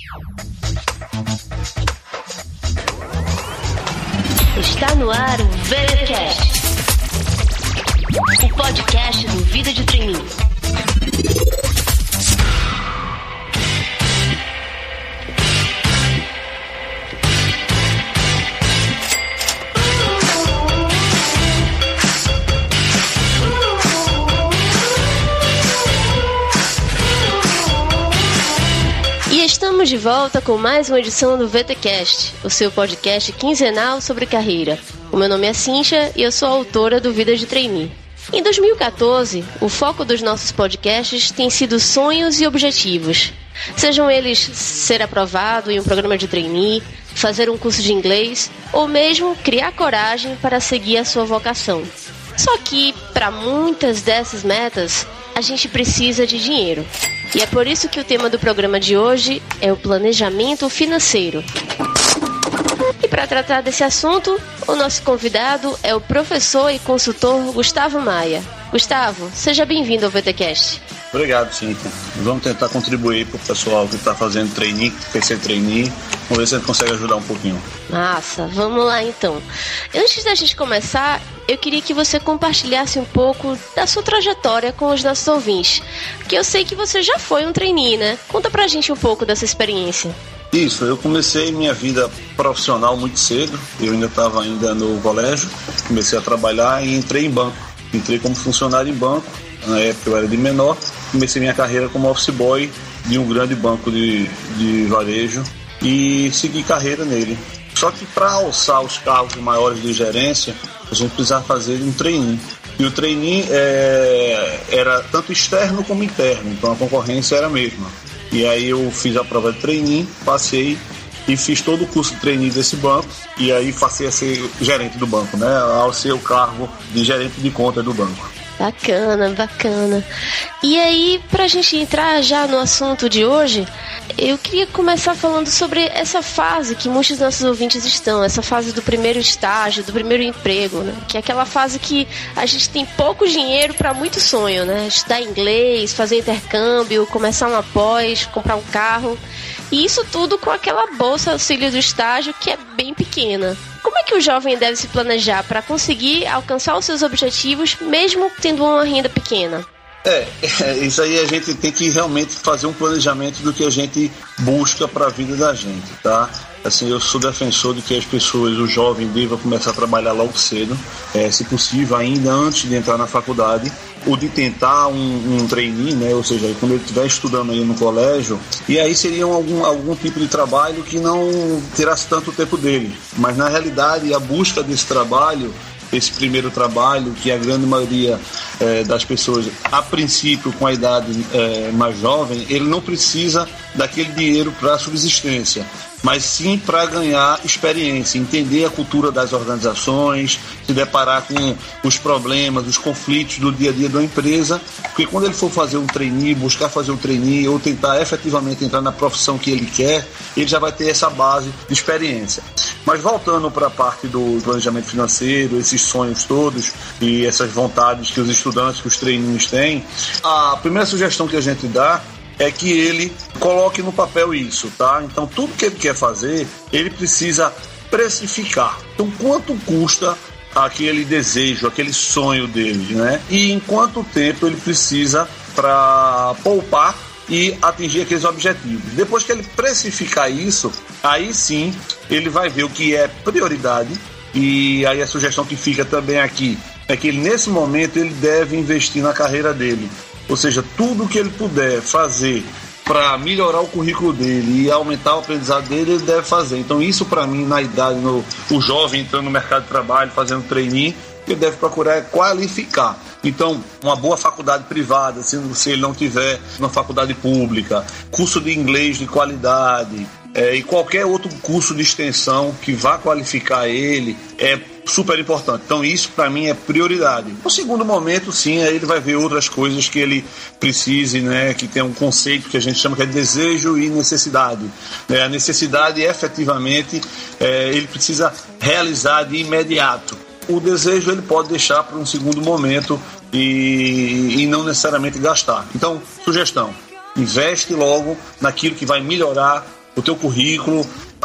Está no ar o VTcast, o podcast do Vida de Trainee. E estamos de volta com mais uma edição do VTcast, o seu podcast quinzenal sobre carreira. O meu nome é Cíntia e eu sou a autora do Vida de Trainee. Em 2014, o foco dos nossos podcasts tem sido sonhos e objetivos. Sejam eles ser aprovado em um programa de trainee, fazer um curso de inglês ou mesmo criar coragem para seguir a sua vocação. Só que, para muitas dessas metas, a gente precisa de dinheiro. E é por isso que o tema do programa de hoje é o planejamento financeiro. E para tratar desse assunto, o nosso convidado é o professor e consultor Gustavo Maia. Gustavo, seja bem-vindo ao VTcast. Obrigado, Cíntia. Vamos tentar contribuir para o pessoal que está fazendo trainee, que quer ser trainee. Vamos ver se a gente consegue ajudar um pouquinho. Massa, vamos lá então. Antes da gente começar, eu queria que você compartilhasse um pouco da sua trajetória com os nossos ouvintes. Porque eu sei que você já foi um trainee, né? Conta pra gente um pouco dessa experiência. Isso, eu comecei minha vida profissional muito cedo. Eu ainda estava no colégio. Comecei a trabalhar e entrei em banco. Entrei como funcionário em banco. Na época eu era de menor. Comecei minha carreira como office boy de um grande banco de varejo e segui carreira nele. Só que para alçar os cargos maiores de gerência, a gente precisava fazer um trainee. E o trainee era tanto externo como interno, então a concorrência era a mesma. E aí eu fiz a prova de trainee, passei e fiz todo o curso de trainee desse banco. E aí passei a ser gerente do banco, né? Ao ser o cargo de gerente de conta do banco. Bacana, bacana. E aí, pra gente entrar já no assunto de hoje, eu queria começar falando sobre essa fase que muitos dos nossos ouvintes estão, essa fase do primeiro estágio, do primeiro emprego, né? Que é aquela fase que a gente tem pouco dinheiro para muito sonho, né? Estudar inglês, fazer intercâmbio, começar uma pós, comprar um carro. E isso tudo com aquela bolsa auxílio do estágio que é bem pequena. Como é que o jovem deve se planejar para conseguir alcançar os seus objetivos, mesmo tendo uma renda pequena? Isso aí a gente tem que realmente fazer um planejamento do que a gente busca para a vida da gente, tá? Assim, eu sou defensor de que as pessoas, o jovem, deva começar a trabalhar logo cedo, se possível, ainda antes de entrar na faculdade, ou de tentar um trainee, né? Ou seja, quando ele estiver estudando aí no colégio, e aí seria algum tipo de trabalho que não tirasse tanto tempo dele. Mas, na realidade, a busca desse trabalho, esse primeiro trabalho, que a grande maioria das pessoas, a princípio, com a idade mais jovem, ele não precisa daquele dinheiro para subsistência, mas sim para ganhar experiência, entender a cultura das organizações, se deparar com os problemas, os conflitos do dia a dia da empresa, porque quando ele for fazer um trainee, buscar fazer um trainee ou tentar efetivamente entrar na profissão que ele quer, ele já vai ter essa base de experiência. Mas voltando para a parte do planejamento financeiro, esses sonhos todos e essas vontades que os estudantes, que os trainees têm, a primeira sugestão que a gente dá é que ele coloque no papel isso, tá? Então, tudo que ele quer fazer, ele precisa precificar. Então, quanto custa aquele desejo, aquele sonho dele, né? E em quanto tempo ele precisa para poupar e atingir aqueles objetivos. Depois que ele precificar isso, aí sim ele vai ver o que é prioridade. E aí a sugestão que fica também aqui é que ele, nesse momento, ele deve investir na carreira dele. Ou seja, tudo que ele puder fazer para melhorar o currículo dele e aumentar o aprendizado dele, ele deve fazer. Então isso, para mim, na idade, o jovem entrando no mercado de trabalho, fazendo trainee, ele deve procurar qualificar. Então, uma boa faculdade privada, se ele não tiver uma faculdade pública, curso de inglês de qualidade, e qualquer outro curso de extensão que vá qualificar ele é super importante. Então isso para mim é prioridade. No segundo momento, sim, aí ele vai ver outras coisas que ele precise, né, que tem um conceito que a gente chama que é desejo e necessidade. A necessidade efetivamente ele precisa realizar de imediato. O desejo ele pode deixar para um segundo momento e não necessariamente gastar. Então, sugestão: investe logo naquilo que vai melhorar o teu currículo,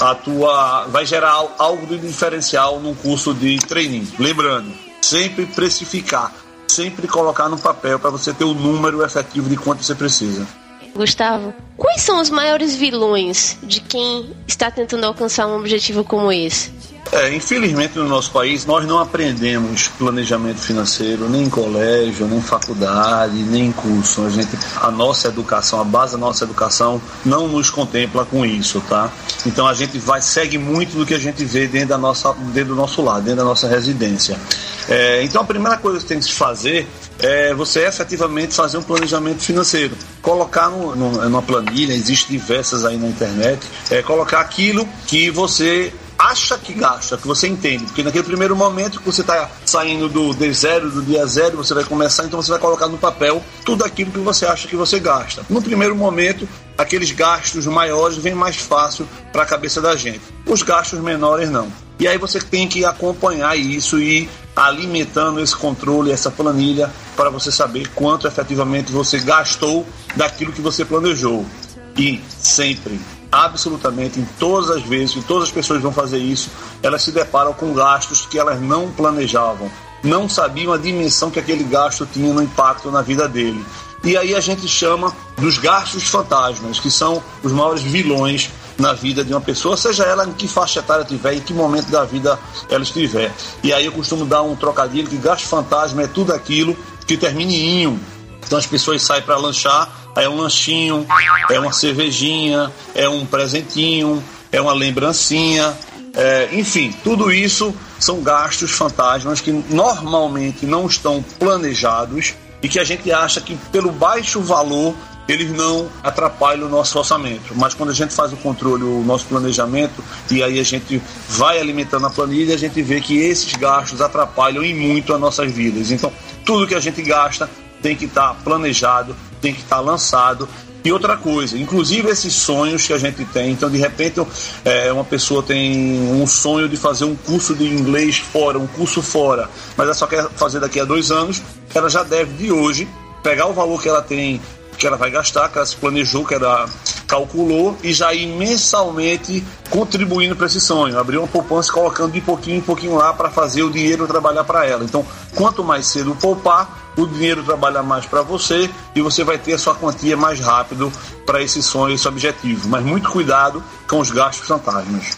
vai gerar algo de diferencial num curso de trainee. Lembrando, sempre precificar, sempre colocar no papel para você ter o número efetivo de quanto você precisa. Gustavo, quais são os maiores vilões de quem está tentando alcançar um objetivo como esse? Infelizmente no nosso país nós não aprendemos planejamento financeiro nem em colégio, nem em faculdade, nem em curso. A nossa educação, a base da nossa educação não nos contempla com isso, tá? Então a gente segue muito do que a gente vê dentro do nosso lar, dentro da nossa residência. Então a primeira coisa que tem que se fazer é você efetivamente fazer um planejamento financeiro, colocar numa planilha, existem diversas aí na internet, colocar aquilo que você acha que gasta, que você entende, porque naquele primeiro momento que você está saindo do dia zero, você vai começar, então você vai colocar no papel tudo aquilo que você acha que você gasta. No primeiro momento, aqueles gastos maiores vêm mais fácil para a cabeça da gente, os gastos menores não. E aí você tem que acompanhar isso e alimentando esse controle, essa planilha, para você saber quanto efetivamente você gastou daquilo que você planejou. E sempre, absolutamente, em todas as vezes que todas as pessoas vão fazer isso, elas se deparam com gastos que elas não planejavam, não sabiam a dimensão que aquele gasto tinha no impacto na vida dele. E aí a gente chama dos gastos fantasmas, que são os maiores vilões na vida de uma pessoa, seja ela em que faixa etária estiver, em que momento da vida ela estiver. E aí eu costumo dar um trocadilho que gasto fantasma é tudo aquilo que termina em inho. Então as pessoas saem para lanchar, aí é um lanchinho, é uma cervejinha, é um presentinho, é uma lembrancinha, enfim, tudo isso são gastos fantasmas que normalmente não estão planejados e que a gente acha que pelo baixo valor eles não atrapalham o nosso orçamento. Mas quando a gente faz o controle, o nosso planejamento, e aí a gente vai alimentando a planilha, a gente vê que esses gastos atrapalham e muito as nossas vidas. Então, tudo que a gente gasta tem que estar planejado, tem que estar lançado. E outra coisa, inclusive esses sonhos que a gente tem, então de repente uma pessoa tem um sonho de fazer um curso de inglês fora, um curso fora, mas ela só quer fazer daqui a 2 anos, ela já deve de hoje pegar o valor que ela tem, que ela vai gastar, que ela se planejou, que ela calculou, e já ir mensalmente contribuindo para esse sonho, abrir uma poupança colocando de pouquinho em pouquinho lá para fazer o dinheiro trabalhar para ela. Então, quanto mais cedo poupar, o dinheiro trabalha mais para você e você vai ter a sua quantia mais rápido para esse sonho, esse objetivo. Mas muito cuidado com os gastos fantasmas.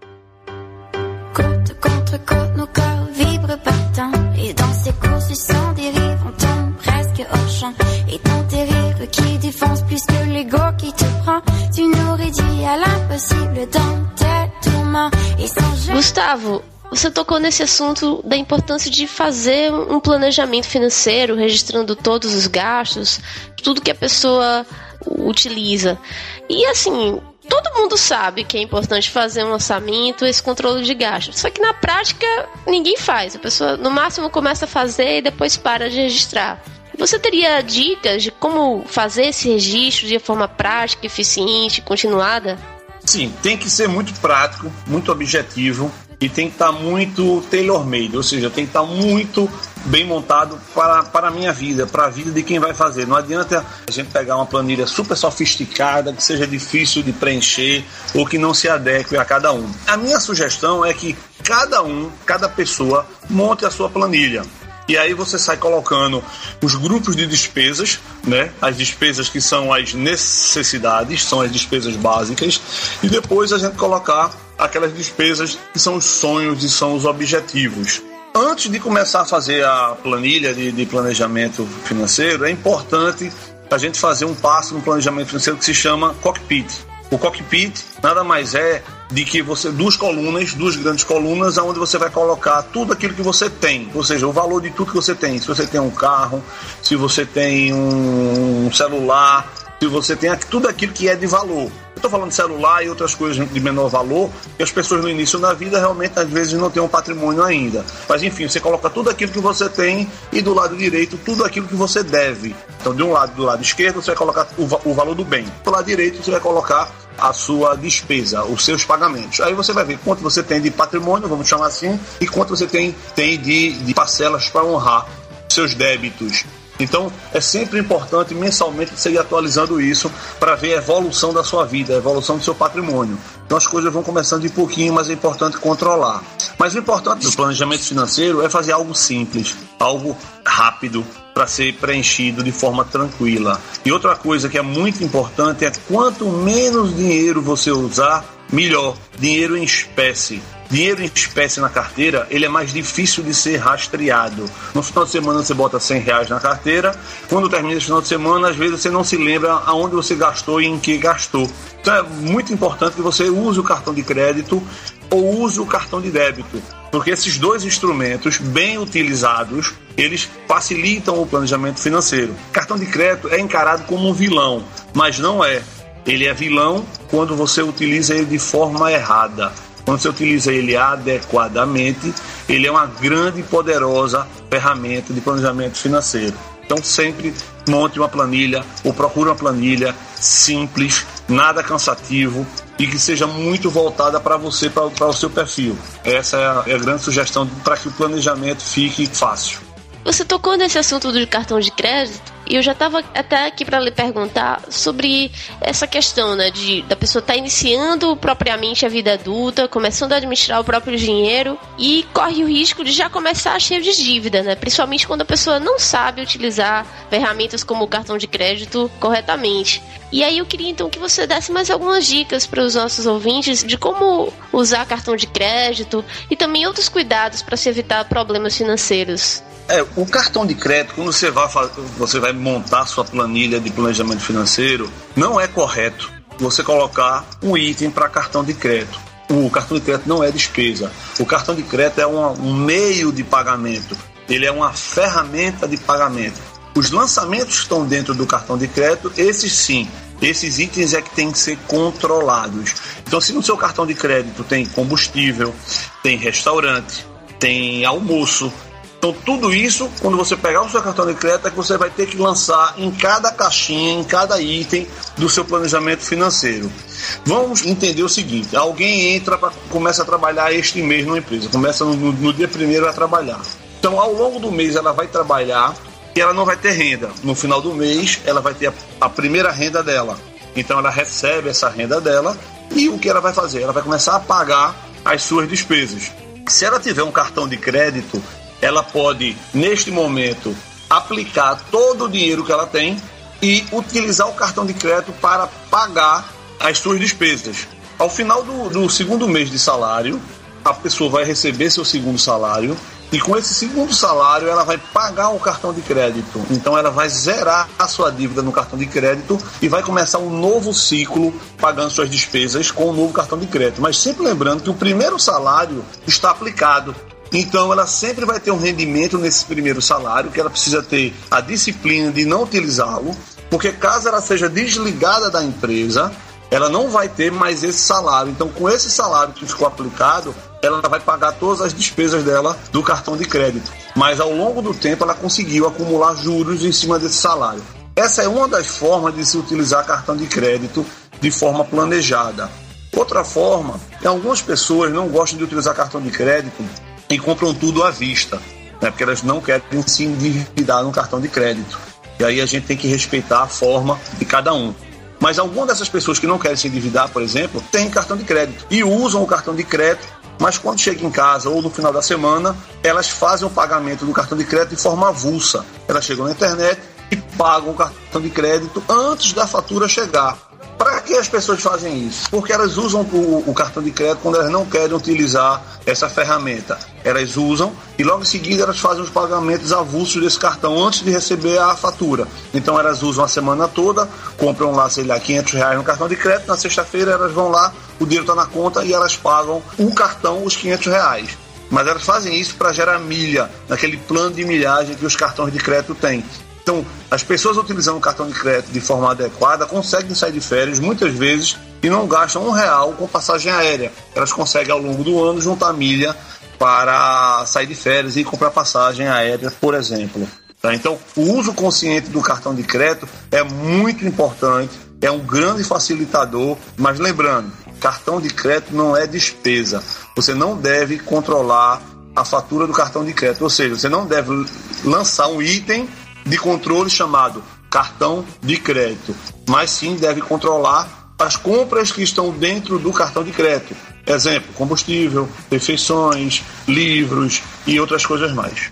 Côte contre côte, nos corps vibrent battant. Et dans ces courses, sans dérive, on tombe presque hors champ. Et dans tes rires qui défoncent plus que l'ego qui te prend, tu nous réduis à l'impossible dans tes tourments. Et sans Gustavo, você tocou nesse assunto da importância de fazer um planejamento financeiro, registrando todos os gastos, tudo que a pessoa utiliza. E assim, todo mundo sabe que é importante fazer um orçamento, esse controle de gastos. Só que na prática, ninguém faz. A pessoa, no máximo, começa a fazer e depois para de registrar. Você teria dicas de como fazer esse registro de forma prática, eficiente, continuada? Sim, tem que ser muito prático, muito objetivo e tem que estar muito tailor-made, ou seja, tem que estar muito bem montado para a minha vida, para a vida de quem vai fazer. Não adianta a gente pegar uma planilha super sofisticada, que seja difícil de preencher ou que não se adeque a cada um. A minha sugestão é que cada pessoa monte a sua planilha. E aí você sai colocando os grupos de despesas, né? As despesas que são as necessidades, são as despesas básicas, e depois a gente colocar aquelas despesas que são os sonhos e são os objetivos. Antes de começar a fazer a planilha de planejamento financeiro, é importante a gente fazer um passo no planejamento financeiro que se chama cockpit. O cockpit nada mais é de que você, duas grandes colunas, onde você vai colocar tudo aquilo que você tem, ou seja, o valor de tudo que você tem. Se você tem um carro, se você tem um celular, se você tem tudo aquilo que é de valor. Eu estou falando de celular e outras coisas de menor valor, que as pessoas no início da vida realmente às vezes não têm um patrimônio ainda. Mas enfim, você coloca tudo aquilo que você tem e do lado direito tudo aquilo que você deve. Então do lado esquerdo você vai colocar o valor do bem, do lado direito você vai colocar a sua despesa, os seus pagamentos. Aí você vai ver quanto você tem de patrimônio, vamos chamar assim, e quanto você tem de parcelas para honrar seus débitos. Então, é sempre importante mensalmente você ir atualizando isso para ver a evolução da sua vida, a evolução do seu patrimônio. Então, as coisas vão começando de pouquinho, mas é importante controlar. Mas o importante do planejamento financeiro é fazer algo simples, algo rápido, para ser preenchido de forma tranquila. E outra coisa que é muito importante é quanto menos dinheiro você usar, melhor. Dinheiro em espécie. Dinheiro em espécie na carteira, ele é mais difícil de ser rastreado. No final de semana você bota R$100 na carteira, quando termina esse final de semana, às vezes você não se lembra aonde você gastou e em que gastou. Então é muito importante que você use o cartão de crédito ou use o cartão de débito, porque esses dois instrumentos, bem utilizados, eles facilitam o planejamento financeiro. Cartão de crédito é encarado como um vilão, mas não é. Ele é vilão quando você utiliza ele de forma errada. Quando você utiliza ele adequadamente, ele é uma grande e poderosa ferramenta de planejamento financeiro. Então sempre monte uma planilha ou procure uma planilha simples, nada cansativo e que seja muito voltada para você, para o seu perfil. Essa é a grande sugestão para que o planejamento fique fácil. Você tocou nesse assunto do cartão de crédito e eu já estava até aqui para lhe perguntar sobre essa questão, né, da pessoa estar iniciando propriamente a vida adulta, começando a administrar o próprio dinheiro e corre o risco de já começar cheio de dívida, né, principalmente quando a pessoa não sabe utilizar ferramentas como o cartão de crédito corretamente. E aí eu queria então que você desse mais algumas dicas para os nossos ouvintes de como usar cartão de crédito e também outros cuidados para se evitar problemas financeiros. O cartão de crédito, quando você vai montar sua planilha de planejamento financeiro, não é correto você colocar um item para cartão de crédito. O cartão de crédito não é despesa. O cartão de crédito é um meio de pagamento. Ele é uma ferramenta de pagamento. Os lançamentos que estão dentro do cartão de crédito, esses sim, esses itens é que tem que ser controlados. Então, se no seu cartão de crédito tem combustível, tem restaurante, tem almoço, então tudo isso, quando você pegar o seu cartão de crédito, é que você vai ter que lançar em cada caixinha, em cada item do seu planejamento financeiro. Vamos entender o seguinte: alguém começa a trabalhar este mês numa empresa, começa no dia 1º a trabalhar. Então, ao longo do mês ela vai trabalhar e ela não vai ter renda. No final do mês, ela vai ter a primeira renda dela. Então ela recebe essa renda dela e o que ela vai fazer? Ela vai começar a pagar as suas despesas. Se ela tiver um cartão de crédito, ela pode, neste momento, aplicar todo o dinheiro que ela tem e utilizar o cartão de crédito para pagar as suas despesas. Ao final do segundo mês de salário, a pessoa vai receber seu segundo salário e com esse segundo salário ela vai pagar o cartão de crédito. Então ela vai zerar a sua dívida no cartão de crédito e vai começar um novo ciclo pagando suas despesas com o novo cartão de crédito. Mas sempre lembrando que o primeiro salário está aplicado. Então ela sempre vai ter um rendimento nesse primeiro salário, que ela precisa ter a disciplina de não utilizá-lo, porque caso ela seja desligada da empresa, ela não vai ter mais esse salário. Então, com esse salário que ficou aplicado, ela vai pagar todas as despesas dela do cartão de crédito. Mas ao longo do tempo ela conseguiu acumular juros em cima desse salário. Essa é uma das formas de se utilizar cartão de crédito de forma planejada. Outra forma, algumas pessoas não gostam de utilizar cartão de crédito e compram tudo à vista, né? Porque elas não querem se endividar no cartão de crédito. E aí a gente tem que respeitar a forma de cada um. Mas algumas dessas pessoas que não querem se endividar, por exemplo, têm cartão de crédito e usam o cartão de crédito, mas quando chegam em casa ou no final da semana, elas fazem o pagamento do cartão de crédito de forma avulsa. Elas chegam na internet e pagam o cartão de crédito antes da fatura chegar. Para que as pessoas fazem isso? Porque elas usam o cartão de crédito quando elas não querem utilizar essa ferramenta. Elas usam e logo em seguida elas fazem os pagamentos avulsos desse cartão antes de receber a fatura. Então elas usam a semana toda, compram lá, sei lá, R$500 no cartão de crédito, na sexta-feira elas vão lá, o dinheiro está na conta e elas pagam o cartão, os R$500. Mas elas fazem isso para gerar milha, naquele plano de milhagem que os cartões de crédito têm. Então, as pessoas utilizando o cartão de crédito de forma adequada conseguem sair de férias muitas vezes e não gastam R$1 com passagem aérea. Elas conseguem ao longo do ano juntar milha para sair de férias e comprar passagem aérea, por exemplo. Tá? Então, o uso consciente do cartão de crédito é muito importante, é um grande facilitador, mas lembrando, cartão de crédito não é despesa. Você não deve controlar a fatura do cartão de crédito, ou seja, você não deve lançar um item de controle chamado cartão de crédito, mas sim deve controlar as compras que estão dentro do cartão de crédito. Exemplo, combustível, refeições, livros e outras coisas mais.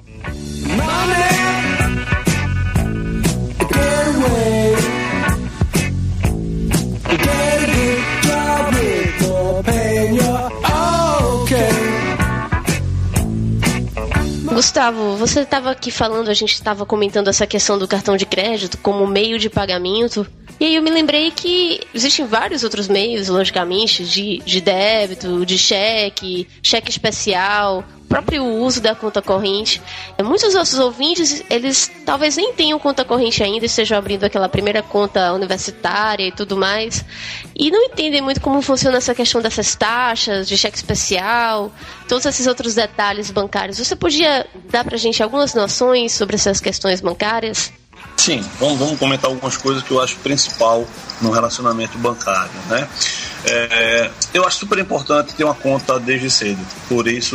Gustavo, você estava aqui falando, a gente estava comentando essa questão do cartão de crédito como meio de pagamento. E aí eu me lembrei que existem vários outros meios, logicamente, de débito, de cheque especial, o próprio uso da conta corrente. Muitos dos nossos ouvintes, eles talvez nem tenham conta corrente ainda, estejam abrindo aquela primeira conta universitária e tudo mais, e não entendem muito como funciona essa questão dessas taxas, de cheque especial, todos esses outros detalhes bancários. Você podia dar pra gente algumas noções sobre essas questões bancárias? Sim, vamos comentar algumas coisas que eu acho principal no relacionamento bancário, né? Eu acho super importante ter uma conta desde cedo, por isso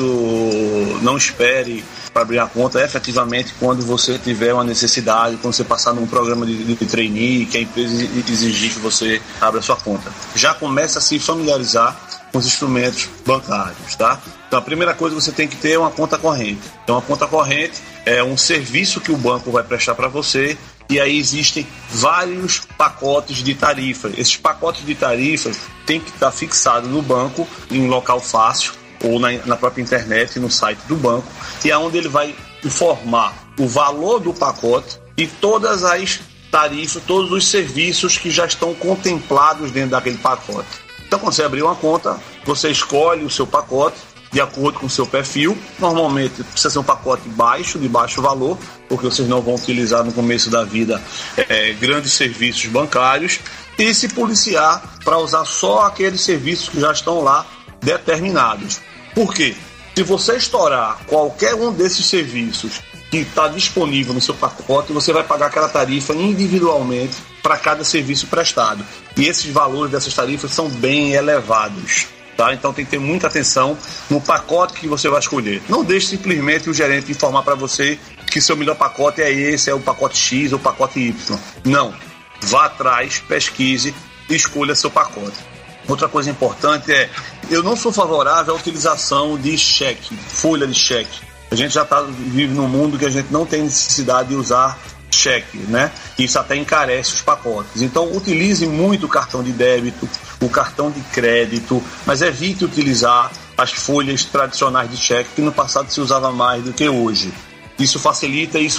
não espere para abrir a conta efetivamente quando você tiver uma necessidade, quando você passar num programa de trainee, que a empresa exigir que você abra a sua conta. Já comece a se familiarizar com os instrumentos bancários, tá? Então a primeira coisa que você tem que ter é uma conta corrente. Então a conta corrente é um serviço que o banco vai prestar para você, e aí existem vários pacotes de tarifa. Esses pacotes de tarifas têm que estar fixados no banco, em um local fácil, ou na própria internet, no site do banco, e é onde ele vai informar o valor do pacote e todas as tarifas, todos os serviços que já estão contemplados dentro daquele pacote. Então, quando você abrir uma conta, você escolhe o seu pacote de acordo com o seu perfil. Normalmente precisa ser um pacote de baixo valor, porque vocês não vão utilizar no começo da vida grandes serviços bancários, e se policiar para usar só aqueles serviços que já estão lá determinados. Por quê? Se você estourar qualquer um desses serviços que está disponível no seu pacote, você vai pagar aquela tarifa individualmente para cada serviço prestado. E esses valores dessas tarifas são bem elevados, tá? Então tem que ter muita atenção no pacote que você vai escolher. Não deixe simplesmente o gerente informar para você que seu melhor pacote é esse, é o pacote X ou o pacote Y. Não. Vá atrás, pesquise e escolha seu pacote. Outra coisa importante eu não sou favorável à utilização de cheque, folha de cheque. A gente já vive num mundo que a gente não tem necessidade de usar cheque, né? Isso até encarece os pacotes. Então, utilize muito o cartão de débito, o cartão de crédito, mas evite utilizar as folhas tradicionais de cheque, que no passado se usava mais do que hoje. Isso facilita, isso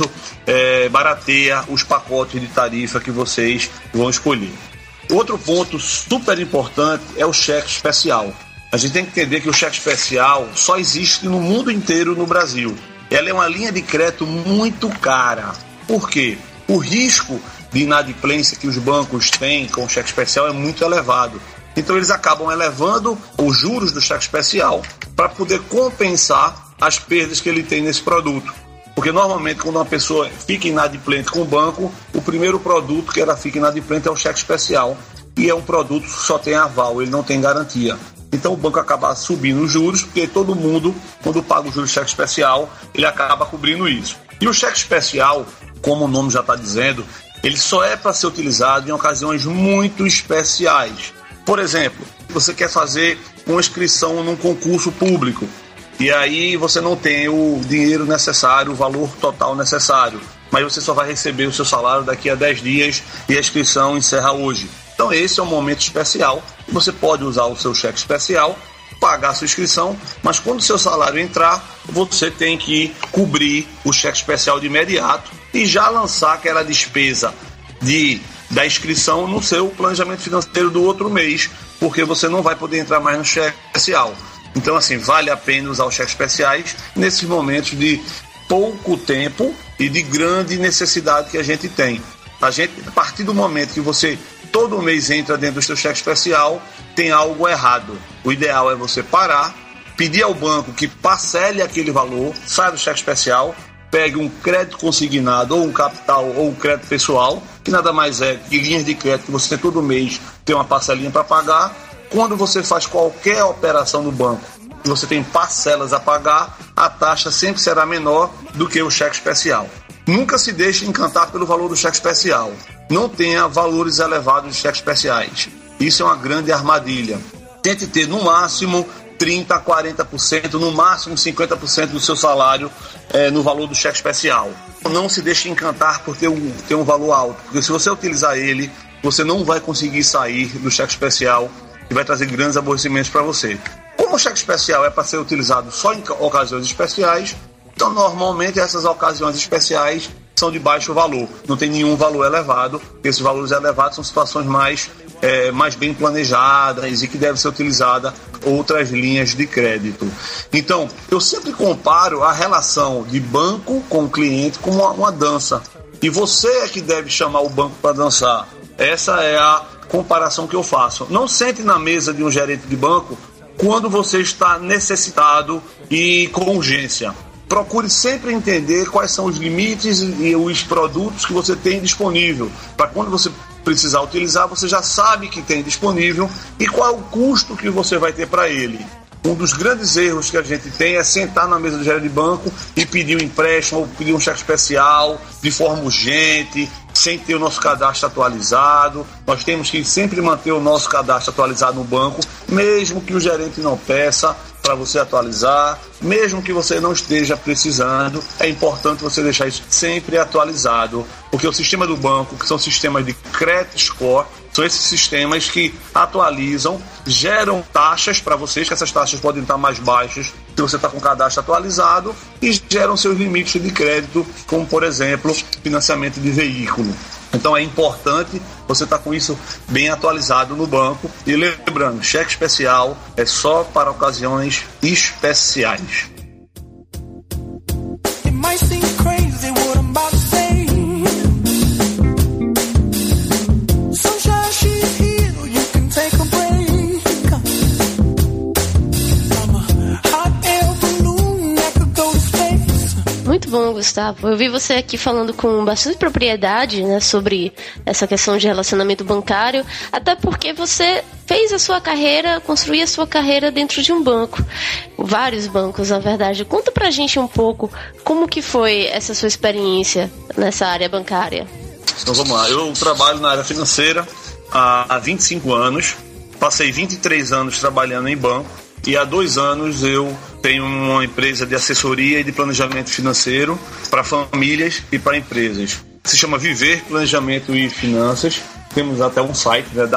barateia os pacotes de tarifa que vocês vão escolher. Outro ponto super importante é o cheque especial. A gente tem que entender que o cheque especial só existe no mundo inteiro no Brasil. Ela é uma linha de crédito muito cara. Por quê? O risco de inadimplência que os bancos têm com o cheque especial é muito elevado. Então eles acabam elevando os juros do cheque especial para poder compensar as perdas que ele tem nesse produto. Porque normalmente quando uma pessoa fica inadimplente com o banco, o primeiro produto que ela fica inadimplente é o cheque especial. E é um produto que só tem aval, ele não tem garantia. Então o banco acaba subindo os juros, porque todo mundo, quando paga o juros de cheque especial, ele acaba cobrindo isso. E o cheque especial, como o nome já está dizendo, ele só é para ser utilizado em ocasiões muito especiais. Por exemplo, você quer fazer uma inscrição num concurso público, e aí você não tem o dinheiro necessário, o valor total necessário, mas você só vai receber o seu salário daqui a 10 dias e a inscrição encerra hoje. Então esse é um momento especial, você pode usar o seu cheque especial, pagar a sua inscrição, mas quando o seu salário entrar, você tem que cobrir o cheque especial de imediato e já lançar aquela despesa da inscrição no seu planejamento financeiro do outro mês, porque você não vai poder entrar mais no cheque especial. Então, assim, vale a pena usar os cheques especiais nesses momentos de pouco tempo e de grande necessidade que a gente tem. A partir do momento que você todo mês entra dentro do seu cheque especial, tem algo errado. O ideal é você parar, pedir ao banco que parcele aquele valor, saia do cheque especial, pegue um crédito consignado, ou um capital, ou um crédito pessoal, que nada mais é que linhas de crédito que você todo mês tem uma parcelinha para pagar. Quando você faz qualquer operação no banco e você tem parcelas a pagar, a taxa sempre será menor do que o cheque especial. Nunca se deixe encantar pelo valor do cheque especial. Não tenha valores elevados de cheques especiais. Isso é uma grande armadilha. Tente ter no máximo 30%, 40%, no máximo 50% do seu salário no valor do cheque especial. Não se deixe encantar por ter um valor alto, porque se você utilizar ele, você não vai conseguir sair do cheque especial e vai trazer grandes aborrecimentos para você. Como o cheque especial é para ser utilizado só em ocasiões especiais, então normalmente essas ocasiões especiais são de baixo valor, não tem nenhum valor elevado. Esses valores elevados são situações mais bem planejadas e que devem ser utilizadas outras linhas de crédito. Então, eu sempre comparo a relação de banco com o cliente como uma dança. E você é que deve chamar o banco para dançar. Essa é a comparação que eu faço. Não sente na mesa de um gerente de banco quando você está necessitado e com urgência. Procure sempre entender quais são os limites e os produtos que você tem disponível, para quando você precisar utilizar, você já sabe que tem disponível e qual é o custo que você vai ter para ele. Um dos grandes erros que a gente tem é sentar na mesa do gerente de banco e pedir um empréstimo ou pedir um cheque especial de forma urgente, sem ter o nosso cadastro atualizado. Nós temos que sempre manter o nosso cadastro atualizado no banco, mesmo que o gerente não peça para você atualizar, mesmo que você não esteja precisando, é importante você deixar isso sempre atualizado, porque o sistema do banco, que são sistemas de credit score, são esses sistemas que atualizam, geram taxas para vocês, que essas taxas podem estar mais baixas se você está com o cadastro atualizado, e geram seus limites de crédito, como por exemplo, financiamento de veículo. Então é importante você estar com isso bem atualizado no banco. E lembrando, cheque especial é só para ocasiões especiais. Muito bom, Gustavo. Eu vi você aqui falando com bastante propriedade, né, sobre essa questão de relacionamento bancário, até porque você fez a sua carreira, construiu a sua carreira dentro de um banco. Vários bancos, na verdade. Conta pra gente um pouco como que foi essa sua experiência nessa área bancária. Então vamos lá. Eu trabalho na área financeira há 25 anos. Passei 23 anos trabalhando em banco. E há 2 anos eu tenho uma empresa de assessoria e de planejamento financeiro para famílias e para empresas. Se chama Viver Planejamento e Finanças. Temos até um site, né,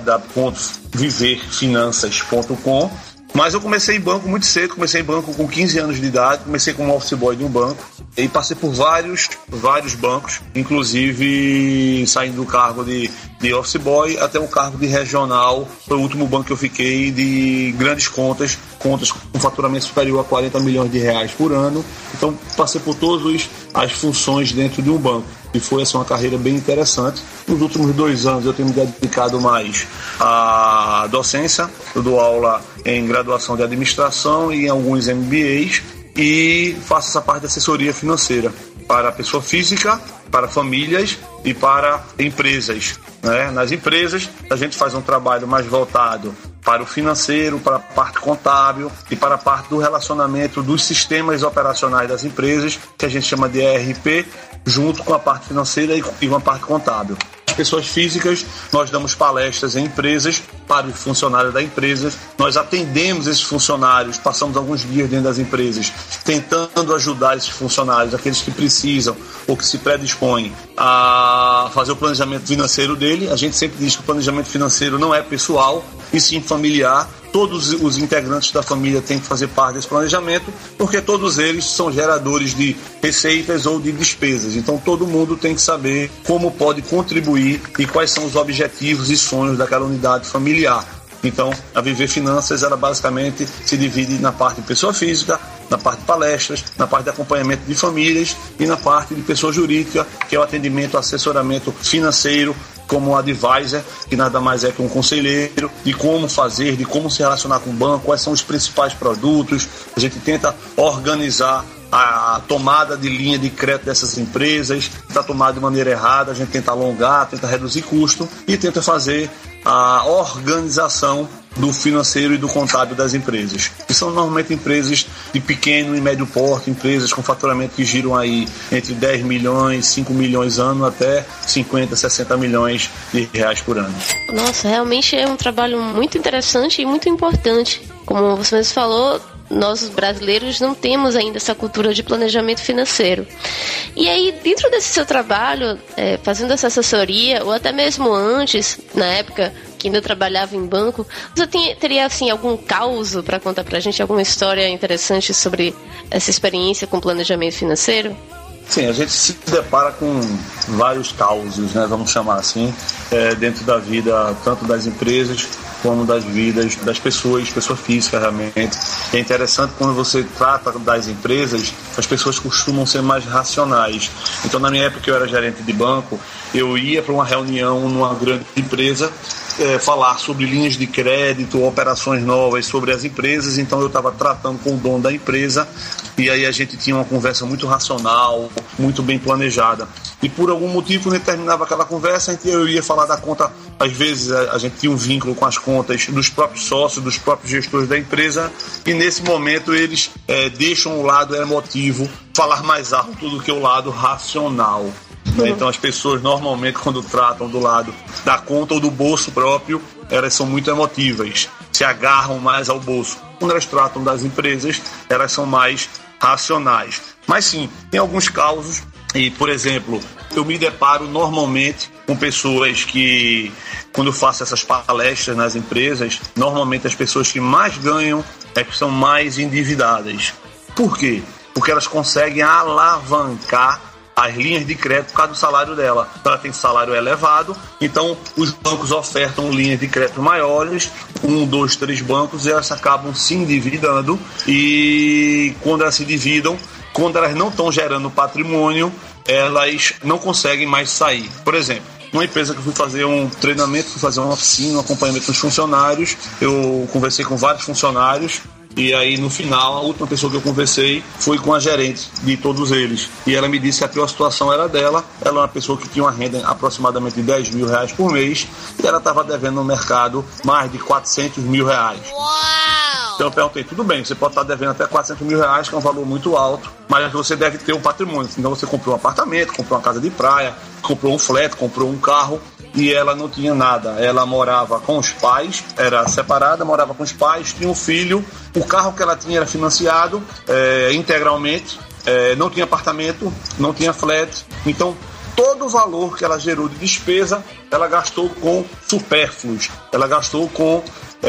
www.viverfinanças.com. Mas eu comecei em banco muito cedo, comecei em banco com 15 anos de idade, comecei como office boy de um banco e passei por vários bancos, inclusive saindo do cargo de office boy até o cargo de regional. Foi o último banco que eu fiquei de grandes contas com faturamento superior a 40 milhões de reais por ano. Então passei por todas as funções dentro de um banco. E foi assim, uma carreira bem interessante. Nos últimos 2 anos eu tenho me dedicado mais à docência. Eu dou aula em graduação de administração e em alguns MBAs e faço essa parte de assessoria financeira para pessoa física, para famílias e para empresas, né? Nas empresas a gente faz um trabalho mais voltado para o financeiro, para a parte contábil e para a parte do relacionamento dos sistemas operacionais das empresas, que a gente chama de ERP, junto com a parte financeira e com a parte contábil. As pessoas físicas, nós damos palestras em empresas para os funcionários da empresa, nós atendemos esses funcionários, passamos alguns dias dentro das empresas, tentando ajudar esses funcionários, aqueles que precisam ou que se predispõem a fazer o planejamento financeiro dele. A gente sempre diz que o planejamento financeiro não é pessoal, e sim familiar. Todos os integrantes da família têm que fazer parte desse planejamento, porque todos eles são geradores de receitas ou de despesas. Então todo mundo tem que saber como pode contribuir e quais são os objetivos e sonhos daquela unidade familiar. Então a Viver Finanças, ela basicamente se divide na parte de pessoa física, na parte de palestras, na parte de acompanhamento de famílias e na parte de pessoa jurídica, que é o atendimento, assessoramento financeiro, como advisor, que nada mais é que um conselheiro, de como fazer, de como se relacionar com o banco, quais são os principais produtos. A gente tenta organizar a tomada de linha de crédito dessas empresas, está tomada de maneira errada, a gente tenta alongar, tenta reduzir custo e tenta fazer a organização do financeiro e do contábil das empresas, que são normalmente empresas de pequeno e médio porte, empresas com faturamento que giram aí entre 10 milhões, 5 milhões ano até 50, 60 milhões de reais por ano. Nossa, realmente é um trabalho muito interessante e muito importante. Como você mesmo falou, nós brasileiros não temos ainda essa cultura de planejamento financeiro. E aí, dentro desse seu trabalho, fazendo essa assessoria, ou até mesmo antes, na época que ainda trabalhava em banco, você teria assim, algum causo para contar pra gente, alguma história interessante sobre essa experiência com planejamento financeiro? Sim, a gente se depara com vários causos, né, vamos chamar assim, dentro da vida, tanto das empresas como das vidas das pessoas físicas realmente. É interessante quando você trata das empresas, as pessoas costumam ser mais racionais. Então, na minha época que eu era gerente de banco, eu ia para uma reunião numa grande empresa, falar sobre linhas de crédito, operações novas sobre as empresas. Então eu estava tratando com o dono da empresa e aí a gente tinha uma conversa muito racional, muito bem planejada. E por algum motivo, quando terminava aquela conversa, eu ia falar da conta. Às vezes a gente tinha um vínculo com as contas dos próprios sócios, dos próprios gestores da empresa, e nesse momento eles deixam o lado emotivo falar mais alto do que o lado racional. Então as pessoas normalmente, quando tratam do lado da conta ou do bolso próprio, elas são muito emotivas, se agarram mais ao bolso. Quando elas tratam das empresas, elas são mais racionais. Mas sim, tem alguns causos. E, por exemplo, eu me deparo normalmente com pessoas que, quando eu faço essas palestras nas empresas, normalmente as pessoas que mais ganham que são mais endividadas. Por quê? Porque elas conseguem alavancar as linhas de crédito por causa do salário dela. Ela tem salário elevado, então os bancos ofertam linhas de crédito maiores, 1, 2, 3 bancos, e elas acabam se endividando, e quando elas se endividam, quando elas não estão gerando patrimônio, elas não conseguem mais sair. Por exemplo, uma empresa que eu fui fazer um treinamento, fui fazer uma oficina, um acompanhamento dos funcionários, eu conversei com vários funcionários, e aí no final, a última pessoa que eu conversei foi com a gerente de todos eles. E ela me disse que a pior situação era dela. Ela é uma pessoa que tinha uma renda aproximadamente de 10 mil reais por mês, e ela estava devendo no mercado mais de 400 mil reais. Uau! Então eu perguntei, tudo bem, você pode estar devendo até 400 mil reais, que é um valor muito alto, mas você deve ter um patrimônio. Então você comprou um apartamento, comprou uma casa de praia, comprou um flat, comprou um carro, e ela não tinha nada. Ela morava com os pais, era separada, morava com os pais, tinha um filho, o carro que ela tinha era financiado integralmente, não tinha apartamento, não tinha flat. Então todo o valor que ela gerou de despesa, ela gastou com supérfluos, ela gastou com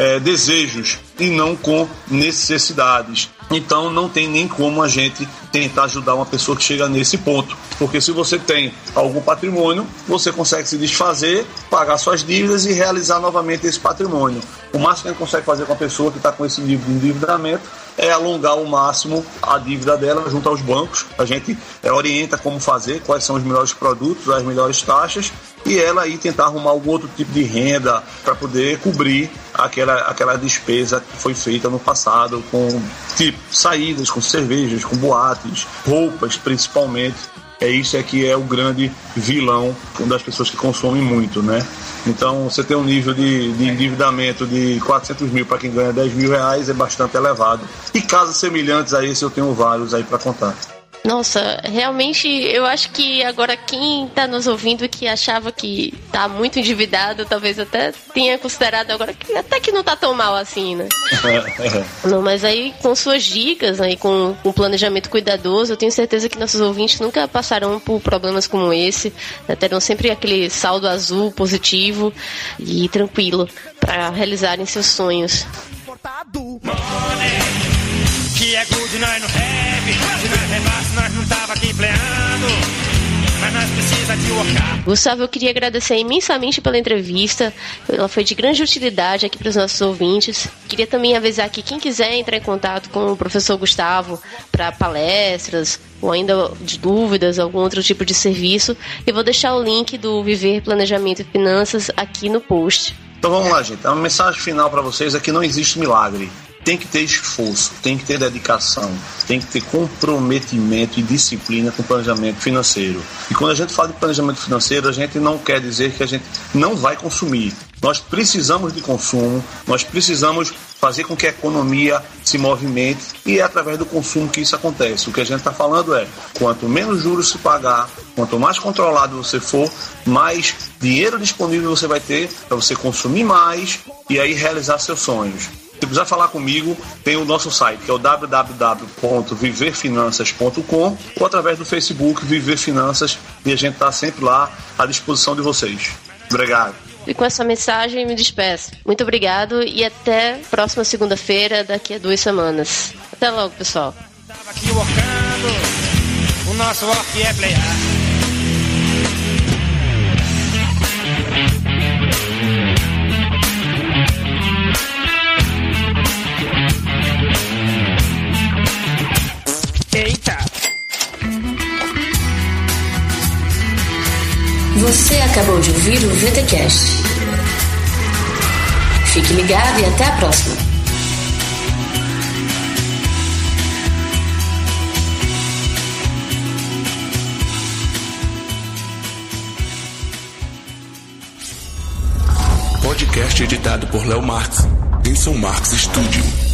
desejos e não com necessidades. Então não tem nem como a gente tentar ajudar uma pessoa que chega nesse ponto, porque se você tem algum patrimônio, você consegue se desfazer, pagar suas dívidas e realizar novamente esse patrimônio. O máximo que a gente consegue fazer com a pessoa que está com esse nível de endividamento é alongar ao máximo a dívida dela junto aos bancos. A gente orienta como fazer, quais são os melhores produtos, as melhores taxas, e ela aí tentar arrumar algum outro tipo de renda para poder cobrir aquela despesa que foi feita no passado, com tipo saídas, com cervejas, com boates, roupas principalmente. Isso que é o grande vilão das pessoas que consomem muito, né? Então, você tem um nível de endividamento de 400 mil para quem ganha 10 mil reais, é bastante elevado. E casos semelhantes a esse eu tenho vários aí para contar. Nossa, realmente eu acho que agora quem está nos ouvindo que achava que está muito endividado, talvez até tenha considerado agora que até que não está tão mal assim, né? Não, mas aí com suas dicas, aí com um planejamento cuidadoso, eu tenho certeza que nossos ouvintes nunca passarão por problemas como esse, né? Terão sempre aquele saldo azul positivo e tranquilo para realizarem seus sonhos. Que é good, nós não heavy. Se nós rebaixo, nós não tava aqui pleando. Mas nós precisa de workar. Gustavo, eu queria agradecer imensamente pela entrevista. Ela foi de grande utilidade aqui para os nossos ouvintes. Queria também avisar que quem quiser entrar em contato com o professor Gustavo para palestras ou ainda de dúvidas, algum outro tipo de serviço, eu vou deixar o link do Viver Planejamento e Finanças aqui no post. Então vamos lá, gente. A mensagem final para vocês é que não existe milagre. Tem que ter esforço, tem que ter dedicação, tem que ter comprometimento e disciplina com o planejamento financeiro. E quando a gente fala de planejamento financeiro, a gente não quer dizer que a gente não vai consumir. Nós precisamos de consumo, nós precisamos fazer com que a economia se movimente e é através do consumo que isso acontece. O que a gente está falando é, quanto menos juros se pagar, quanto mais controlado você for, mais dinheiro disponível você vai ter para você consumir mais e aí realizar seus sonhos. Se precisar falar comigo, tem o nosso site, que é o www.viverfinanças.com ou através do Facebook Viver Finanças, e a gente está sempre lá à disposição de vocês. Obrigado. E com essa mensagem me despeço. Muito obrigado e até próxima segunda-feira, daqui a 2 semanas. Até logo, pessoal. Estava equivocando, o nosso rock é playar. Eita! Você acabou de ouvir o VTcast. Fique ligado e até a próxima. Podcast editado por Léo Marques, Vinson Marques Studio.